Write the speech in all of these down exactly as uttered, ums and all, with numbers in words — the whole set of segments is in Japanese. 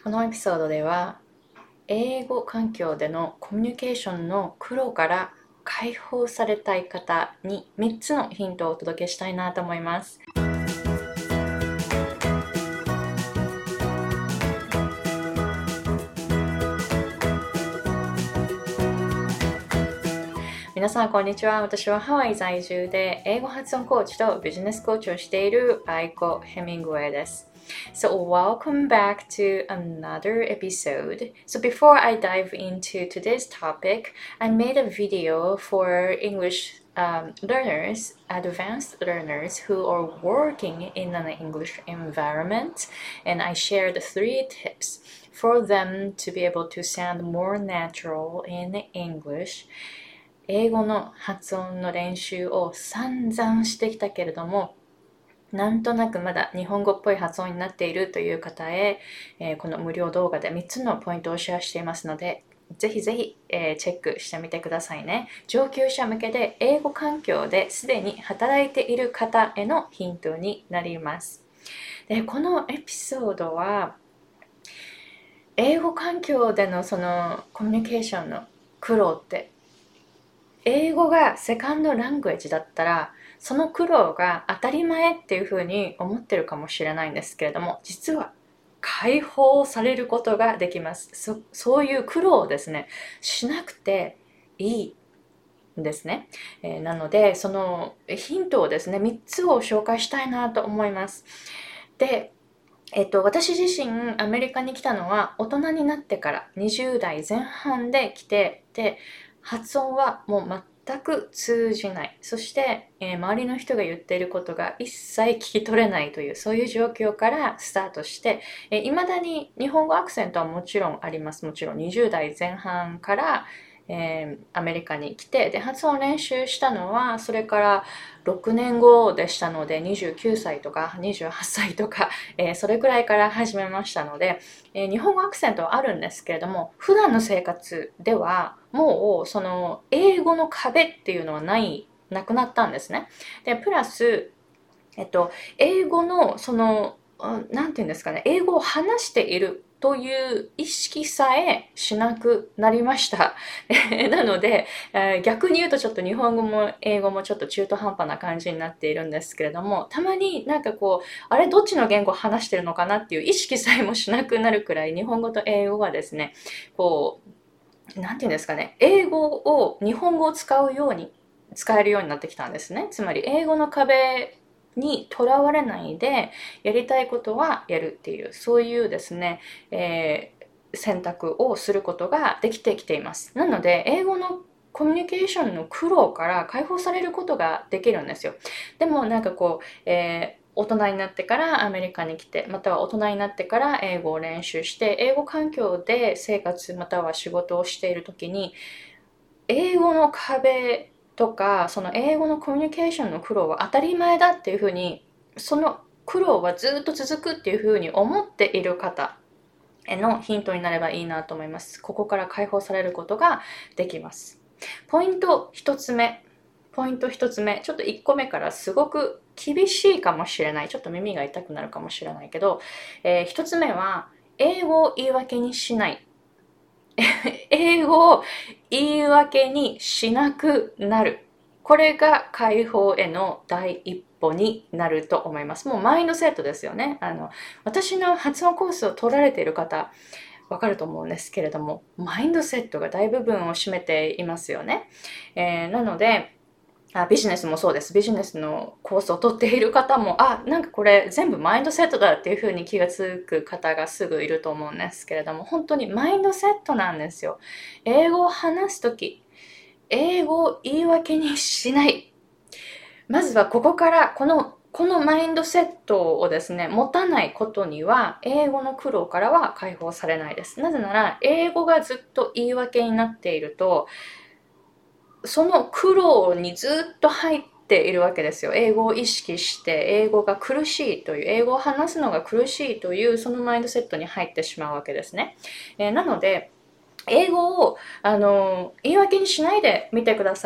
このエピソードでは、英語環境でのコミュニケーションの苦労から解放されたい方にみっつのヒントをお届けしたいなと思います。皆さんこんにちは。私はハワイ在住で英語発音コーチとビジネスコーチをしているアイコ・ヘミングウェイです。So welcome back to another episode. So before I dive into today's topic, I made a video for English um, learners, advanced learners who are working in an English environment, and I shared three tips for them to be able to sound more natural in English.英語の発音の練習を散々してきたけれども、なんとなくまだ日本語っぽい発音になっているという方へ、えー、この無料動画でみっつのポイントをシェアしていますので、ぜひぜひ、えー、チェックしてみてくださいね。上級者向けで英語環境ですでに働いている方へのヒントになります。で、このエピソードは、英語環境でのそのコミュニケーションの苦労って英語がセカンドラングエッジだったらその苦労が当たり前っていうふうに思ってるかもしれないんですけれども、実は解放されることができます。 そ, そういう苦労をですねしなくていいんですね、えー、なのでそのヒントをですねみっつを紹介したいなと思います。でえっと、私自身アメリカに来たのは大人になってからにじゅう代前半で来て、で発音はもう全く通じない。そして、えー、周りの人が言っていることが一切聞き取れないという、そういう状況からスタートして、えー、未だに日本語アクセントはもちろんあります。もちろんにじゅう代前半から、えー、アメリカに来て、で、発音練習したのは、それからろくねんごでしたので、にじゅうきゅうさいとかにじゅうはっさいとか、えー、それくらいから始めましたので、えー、日本語アクセントはあるんですけれども、普段の生活ではもうその英語の壁っていうのはない、なくなったんですね。で、プラス、えっと、英語のその、なんていうんですかね、英語を話しているという意識さえしなくなりました。なので、えー、逆に言うとちょっと日本語も英語もちょっと中途半端な感じになっているんですけれども、たまになんかこう、あれどっちの言語を話してるのかなっていう意識さえもしなくなるくらい日本語と英語がですね、こう、なんていうんですかね、英語を、日本語を使うように、使えるようになってきたんですね。つまり英語の壁にとらわれないでやりたいことはやるっていう、そういうですね、えー、選択をすることができてきています。なので英語のコミュニケーションの苦労から解放されることができるんですよ。でもなんかこう、えー大人になってからアメリカに来て、または大人になってから英語を練習して、英語環境で生活または仕事をしているときに、英語の壁とかその英語のコミュニケーションの苦労は当たり前だっていうふうに、その苦労はずっと続くっていうふうに思っている方へのヒントになればいいなと思います。ここから解放されることができます。ポイント一つ目ポイント一つ目ちょっと一個目からすごく厳しいかもしれない、ちょっと耳が痛くなるかもしれないけど、えー、一つ目は英語を言い訳にしない英語を言い訳にしなくなる。これが解放への第一歩になると思います。もうマインドセットですよね。あの、私の発音コースを取られている方、わかると思うんですけれども、マインドセットが大部分を占めていますよね。えー、なので、あビジネスもそうです。ビジネスのコースを取っている方も、あ、なんかこれ全部マインドセットだっていう風に気がつく方がすぐいると思うんですけれども、本当にマインドセットなんですよ。英語を話すとき、英語を言い訳にしない。まずはここから、この、このマインドセットをですね、持たないことには、英語の苦労からは解放されないです。なぜなら、英語がずっと言い訳になっていると、その苦労にずっと入っているわけですよ。英語を意識して英語が苦しいという、英語を話すのが苦しいというそのマインドセットに入ってしまうわけですね。えー、なので英語をあの言い訳にしないでみてください。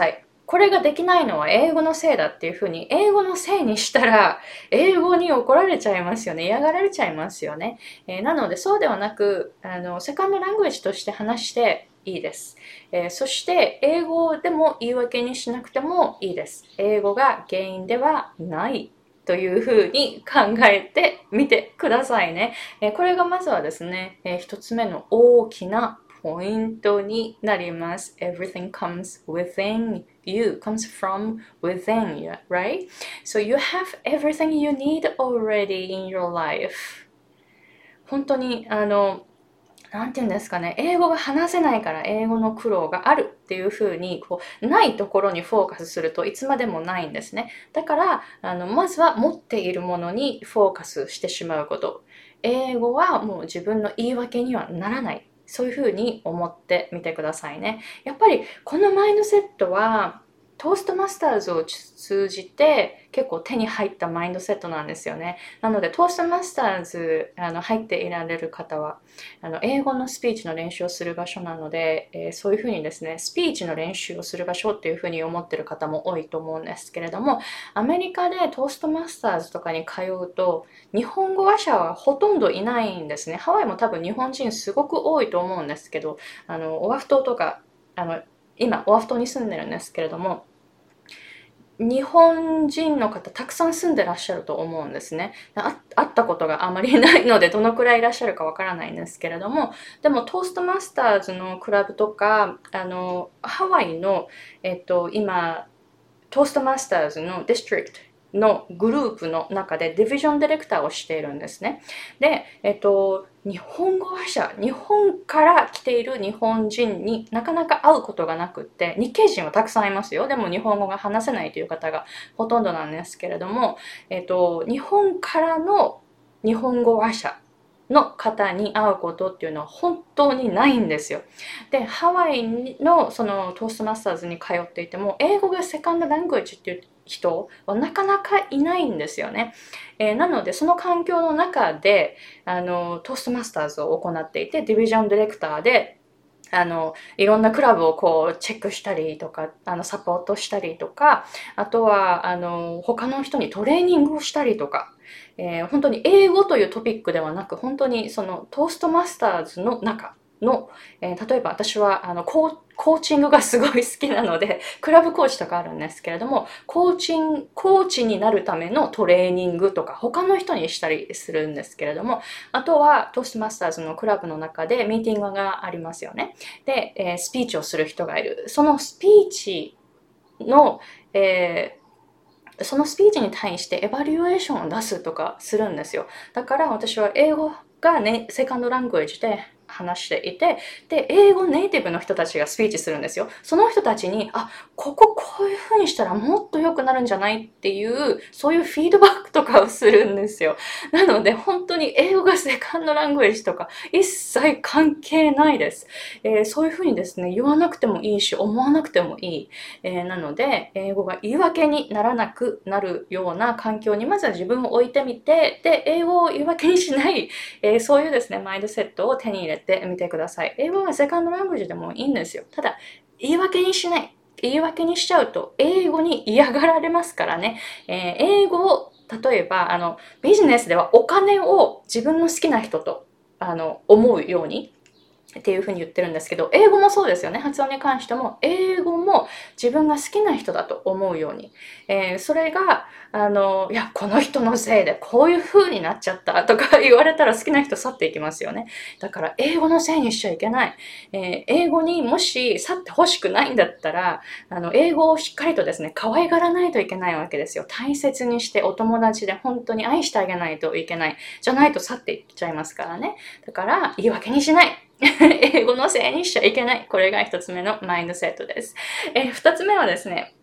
これができないのは英語のせいだっていうふうに、英語のせいにしたら、英語に怒られちゃいますよね。嫌がられちゃいますよね。えー、なので、そうではなく、あの、セカンドラングエージとして話していいです。えー、そして、英語でも言い訳にしなくてもいいです。英語が原因ではないというふうに考えてみてくださいね。えー、これがまずはですね、えー、一つ目の大きなポイントになります。Everything comes within you, comes from within you, right? So you have everything you need already in your life. 本当に、あの、なんて言うんですかね、英語が話せないから英語の苦労があるっていう風に、こう、ないところにフォーカスするといつまでもないんですね。だから、あの、まずは持っているものにフォーカスしてしまうこと。英語はもう自分の言い訳にはならない。そういうふうに思ってみてくださいね。やっぱりこのマインドセットはトーストマスターズを通じて結構手に入ったマインドセットなんですよね。なのでトーストマスターズあの入っていられる方はあの英語のスピーチの練習をする場所なので、えー、そういうふうにですね、スピーチの練習をする場所っていうふうに思ってる方も多いと思うんですけれども、アメリカでトーストマスターズとかに通うと日本語話者はほとんどいないんですね。ハワイも多分日本人すごく多いと思うんですけど、あのオアフ島とかあの今オアフ島に住んでるんですけれども、日本人の方たくさん住んでらっしゃると思うんですね。会ったことがあまりないのでどのくらいいらっしゃるかわからないんですけれども、でもトーストマスターズのクラブとか、あのハワイの、えっと、今トーストマスターズのディストリクトのグループの中でディビジョンディレクターをしているんですね。で、えっと、日本語話者、日本から来ている日本人になかなか会うことがなくって、日系人はたくさんいますよ。でも日本語が話せないという方がほとんどなんですけれども、えっと、日本からの日本語話者の方に会うことっていうのは本当にないんですよ。で、ハワイのそのトーストマスターズに通っていても、英語がセカンドラングエッジっていう人はなかなかいないんですよね。えー、なので、その環境の中で、あの、トーストマスターズを行っていて、ディビジョンディレクターで、あの、いろんなクラブをこうチェックしたりとか、あの、サポートしたりとか、あとは、あの、他の人にトレーニングをしたりとか、えー、本当に英語というトピックではなく、本当にそのトーストマスターズの中の、えー、例えば私はあのコーコーチングがすごい好きなので、クラブコーチとかあるんですけれども、コーチン、コーチになるためのトレーニングとか、他の人にしたりするんですけれども、あとはトーストマスターズのクラブの中でミーティングがありますよね。で、えー、スピーチをする人がいる。そのスピーチの、えーそのスピーチに対してエバリュエーションを出すとかするんですよ。だから私は英語がね、セカンドラングエッジで話していて、で、英語ネイティブの人たちがスピーチするんですよ。その人たちに、あ、こここういう風にしたらもっと良くなるんじゃないっていう、そういうフィードバックとかをするんですよ。なので、本当に英語がセカンドラングエッジとか一切関係ないです。えー、そういう風にですね、言わなくてもいいし、思わなくてもいい。えー、なので、英語が言い訳にならなくなるような環境にまずは自分を置いてみて、で、英語を言い訳にしない、えー、そういうですね、マインドセットを手に入れてみてください。英語はセカンドラングエッジでもいいんですよ。ただ、言い訳にしない。言い訳にしちゃうと、英語に嫌がられますからね。えー、英語を、例えば、あの、ビジネスではお金を自分の好きな人と、あの、思うように、っていうふうに言ってるんですけど、英語もそうですよね。発音に関しても、英語も自分が好きな人だと思うように。えー、それが、あの、いや、この人のせいでこういう風になっちゃったとか言われたら好きな人去っていきますよね。だから、英語のせいにしちゃいけない。えー、英語にもし去ってほしくないんだったら、あの、英語をしっかりとですね、可愛がらないといけないわけですよ。大切にしてお友達で本当に愛してあげないといけない。じゃないと去っていっちゃいますからね。だから、言い訳にしない。英語のせいにしちゃいけない。これが一つ目のマインドセットです。えー、二つ目はですね、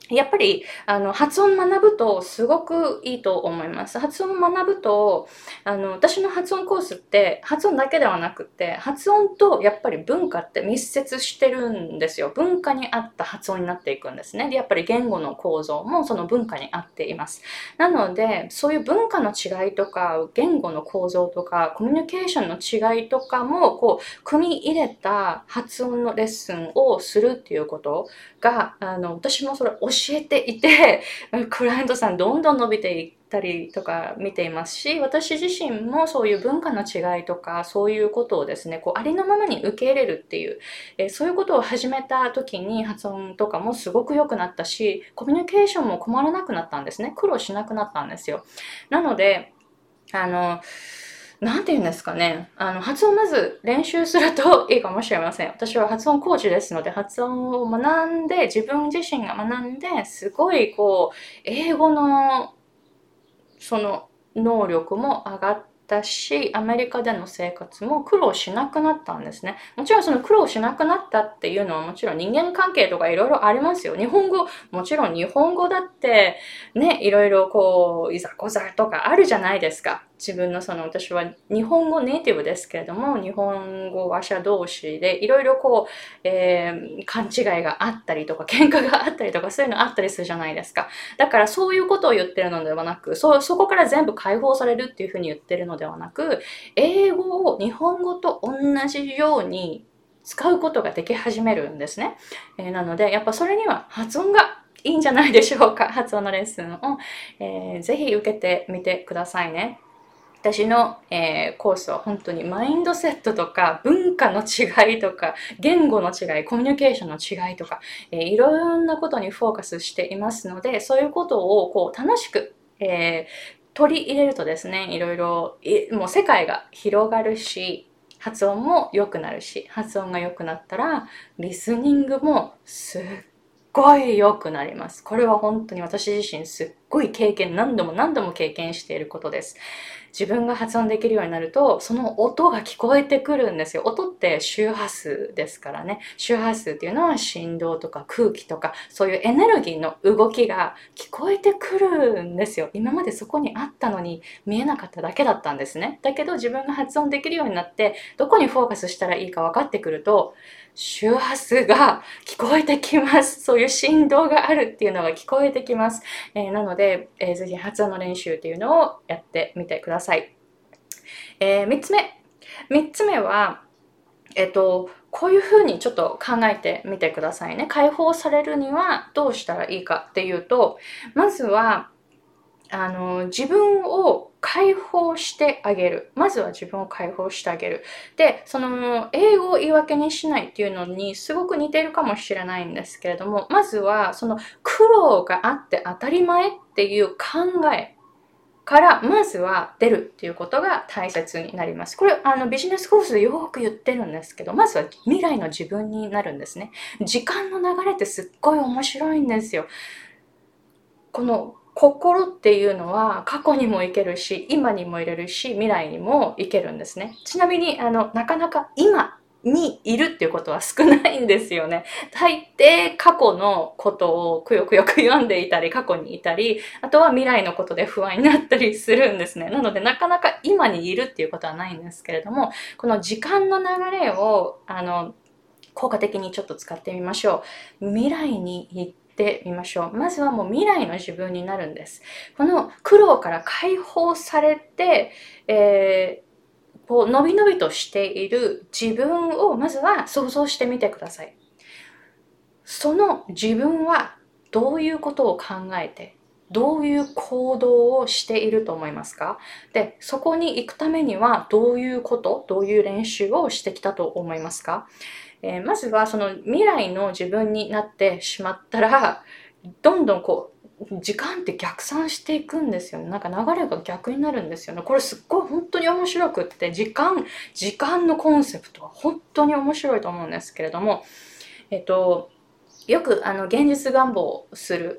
やっぱり、あの、発音学ぶとすごくいいと思います。発音学ぶと、あの、私の発音コースって発音だけではなくて、発音とやっぱり文化って密接してるんですよ。文化に合った発音になっていくんですね。で、やっぱり言語の構造もその文化に合っています。なので、そういう文化の違いとか、言語の構造とか、コミュニケーションの違いとかも、こう、組み入れた発音のレッスンをするっていうことが、あの、私もそれ教えていて、クライアントさんどんどん伸びていったりとか見ていますし、私自身もそういう文化の違いとか、そういうことをですね、こう、ありのままに受け入れるっていう、えーそういうことを始めた時に発音とかもすごく良くなったし、コミュニケーションも困らなくなったんですね。苦労しなくなったんですよ。なので、あの、なんて言うんですかね。あの、発音をまず練習するといいかもしれません。私は発音コーチですので、発音を学んで、自分自身が学んで、すごいこう、英語のその能力も上がったし、アメリカでの生活も苦労しなくなったんですね。もちろんその苦労しなくなったっていうのはもちろん人間関係とかいろいろありますよ。日本語、もちろん日本語だってね、いろいろこう、いざこざとかあるじゃないですか。自分のその、私は日本語ネイティブですけれども、日本語話者同士でいろいろこう、えー、勘違いがあったりとか、喧嘩があったりとか、そういうのあったりするじゃないですか。だからそういうことを言ってるのではなく、そ、そこから全部解放されるっていうふうに言ってるのではなく、英語を日本語と同じように使うことができ始めるんですね。えー、なので、やっぱそれには発音がいいんじゃないでしょうか。発音のレッスンを、えー、ぜひ受けてみてくださいね。私の、えー、コースは本当にマインドセットとか文化の違いとか言語の違い、コミュニケーションの違いとか、えー、いろんなことにフォーカスしていますので、そういうことをこう楽しく、えー、取り入れるとですね、いろいろ、もう世界が広がるし、発音も良くなるし、発音が良くなったら、リスニングもすっごい良くなります。これは本当に私自身すっごい経験、何度も何度も経験していることです。自分が発音できるようになると、その音が聞こえてくるんですよ。音って周波数ですからね。周波数っていうのは振動とか空気とか、そういうエネルギーの動きが聞こえてくるんですよ。今までそこにあったのに見えなかっただけだったんですね。だけど自分が発音できるようになって、どこにフォーカスしたらいいか分かってくると、周波数が聞こえてきます。そういう振動があるっていうのが聞こえてきます。えー、なので、えー、ぜひ発音の練習っていうのをやってみてください。えー、みっつめ。みっつめは、えっと、こういうふうにちょっと考えてみてくださいね。解放されるにはどうしたらいいかっていうと、まずは、あの、自分を解放してあげる。まずは自分を解放してあげる。で、その、英語を言い訳にしないっていうのにすごく似てるかもしれないんですけれども、まずは、その、苦労があって当たり前っていう考えからまずは出るっていうことが大切になります。これあのビジネスコースでよく言ってるんですけど、まずは未来の自分になるんですね。時間の流れってすっごい面白いんですよ。この心っていうのは過去にも行けるし、今にもいれるし、未来にも行けるんですね。ちなみにあのなかなか今にいるっていうことは少ないんですよね。大抵過去のことをくよくよく読んでいたり、過去にいたり、あとは未来のことで不安になったりするんですね。なのでなかなか今にいるっていうことはないんですけれども、この時間の流れを、あの、効果的にちょっと使ってみましょう。未来に行ってみましょう。まずはもう未来の自分になるんです。この苦労から解放されて、えーこう、のびのびとしている自分をまずは想像してみてください。その自分はどういうことを考えて、どういう行動をしていると思いますか？で、そこに行くためにはどういうこと、どういう練習をしてきたと思いますか？えーまずはその未来の自分になってしまったら、どんどんこう、時間って逆算していくんですよね。なんか流れが逆になるんですよね。これすっごい本当に面白くって、時間、時間のコンセプトは本当に面白いと思うんですけれども、えっと、よくあの現実願望をする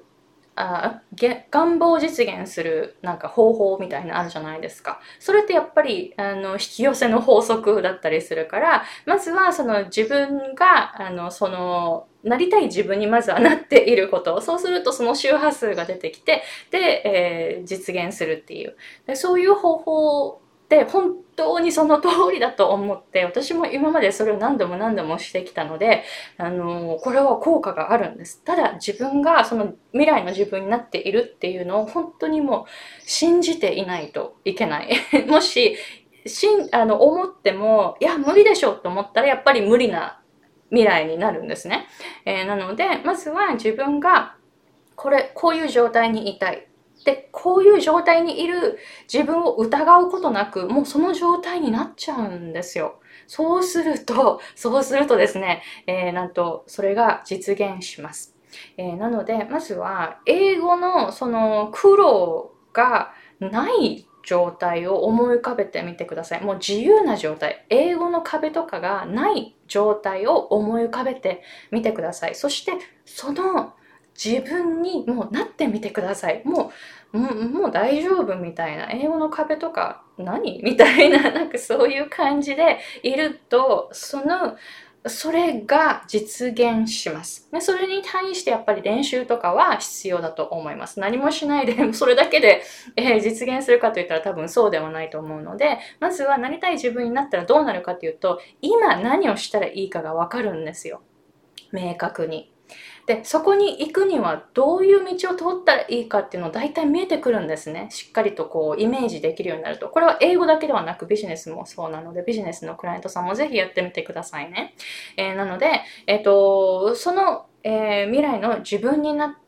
あげ願望を実現するなんか方法みたいなのあるじゃないですか。それってやっぱりあの引き寄せの法則だったりするから、まずはその自分があのそのなりたい自分にまずはなっていること。そうするとその周波数が出てきて、で、えー実現するっていう。でそういう方法で本当にその通りだと思って、私も今までそれを何度も何度もしてきたので、あのこれは効果があるんです。ただ自分がその未来の自分になっているっていうのを本当にもう信じていないといけない。もししんあの思っても、いや無理でしょと思ったらやっぱり無理な未来になるんですね。えーなのでまずは自分がこれこういう状態にいたい。で、こういう状態にいる自分を疑うことなく、もうその状態になっちゃうんですよ。そうすると、そうするとですね、えーなんと、それが実現します。えーなので、まずは、英語のその苦労がない状態を思い浮かべてみてください。もう自由な状態。英語の壁とかがない状態を思い浮かべてみてください。そして、その自分にもうなってみてください。もう、もうもう大丈夫みたいな。英語の壁とか何みたいな、なんかそういう感じでいると、その、それが実現します。でそれに対してやっぱり練習とかは必要だと思います。何もしないで、それだけで、えー実現するかといったら多分そうではないと思うので、まずはなりたい自分になったらどうなるかというと、今何をしたらいいかがわかるんですよ。明確に。で、そこに行くにはどういう道を通ったらいいかっていうのを大体見えてくるんですね。しっかりとこうイメージできるようになると。これは英語だけではなくビジネスもそうなので、ビジネスのクライアントさんもぜひやってみてくださいね。えーなので、えっ、と、その、えー未来の自分になって、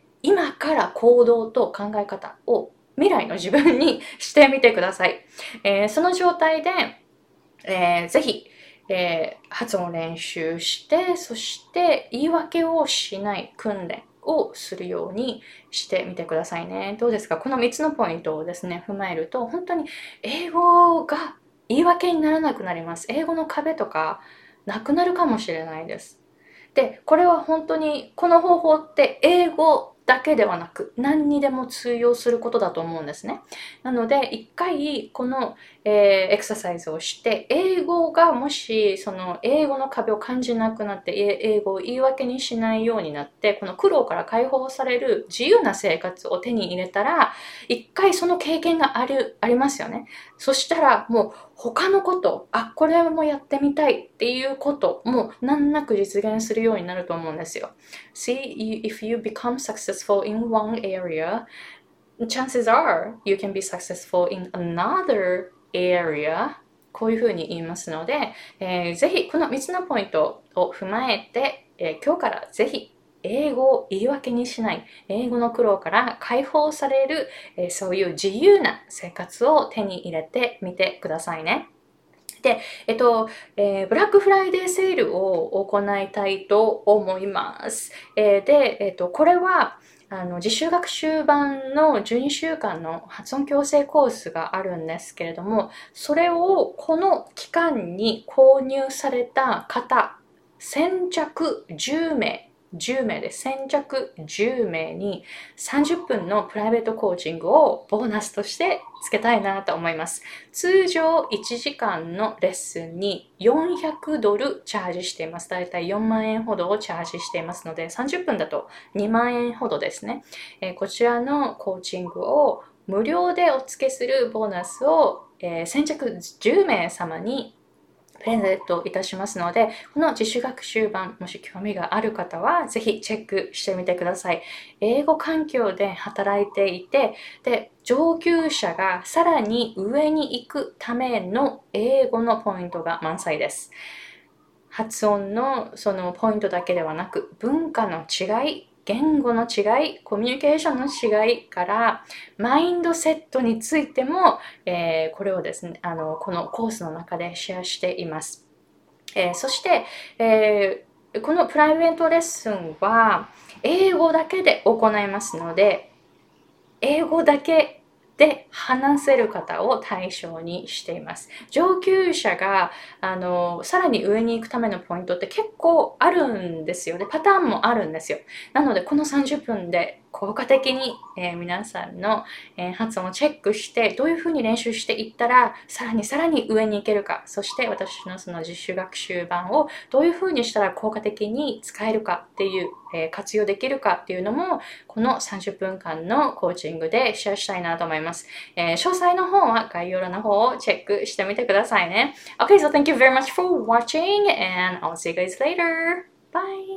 今から行動と考え方を未来の自分にしてみてください。えーその状態で、えーぜひ、えー発音練習して、そして言い訳をしない訓練をするようにしてみてくださいね。どうですか？このみっつのポイントをですね、踏まえると、本当に英語が言い訳にならなくなります。英語の壁とかなくなるかもしれないです。で、これは本当に、この方法って英語だけではなく、何にでも通用することだと思うんですね。なので、一回、この、えーエクササイズをして、英語がもし、その、英語の壁を感じなくなって、え英語を言い訳にしないようになって、この苦労から解放される自由な生活を手に入れたら、一回その経験がある、ありますよね。そしたら、もう、他のこと、あ、これもやってみたいっていうことも難なく実現するようになると思うんですよ。See, if you become successful in one area, chances are you can be successful in another area. こういうふうに言いますので、えーぜひこのみっつのポイントを踏まえて、えー今日からぜひ英語を言い訳にしない、英語の苦労から解放される、えーそういう自由な生活を手に入れてみてくださいね。で、えっと、えーブラックフライデーセールを行いたいと思います。えーで、えっと、これは、あの、自習学習版のじゅうにしゅうかんの発音矯正コースがあるんですけれども、それをこの期間に購入された方、先着じゅうめい、じゅうめいで先着じゅうめいにさんじゅっぷんのプライベートコーチングをボーナスとしてつけたいなと思います。通常いちじかんのレッスンによんひゃくドルチャージしています。だいたいよんまんえんほどをチャージしていますので、さんじゅっぷんだとにまんえんほどですね。えーこちらのコーチングを無料でお付けするボーナスを、えー先着じゅうめい様にプレゼントいたしますので、この自主学習版、もし興味がある方は、ぜひチェックしてみてください。英語環境で働いていて、で、上級者がさらに上に行くための英語のポイントが満載です。発音のそのポイントだけではなく、文化の違い、言語の違い、コミュニケーションの違いから、マインドセットについても、えーこれをですね、あの、このコースの中でシェアしています。えーそして、えーこのプライベートレッスンは、英語だけで行いますので、英語だけで話せる方を対象にしています。上級者があのさらに上に行くためのポイントって結構あるんですよね。パターンもあるんですよ。なのでこのさんじゅっぷんで効果的に、えー、皆さんの、えー、発音をチェックしてどういうふうに練習していったらさらにさらに上に行けるか、そして私のその自主学習版をどういうふうにしたら効果的に使えるかっていう、えー、活用できるかっていうのもこのさんじゅっぷんかんのコーチングでシェアしたいなと思います。えー、詳細の方は概要欄の方をチェックしてみてくださいね。Okay, so thank you very much for watching and I'll see you guys later. Bye!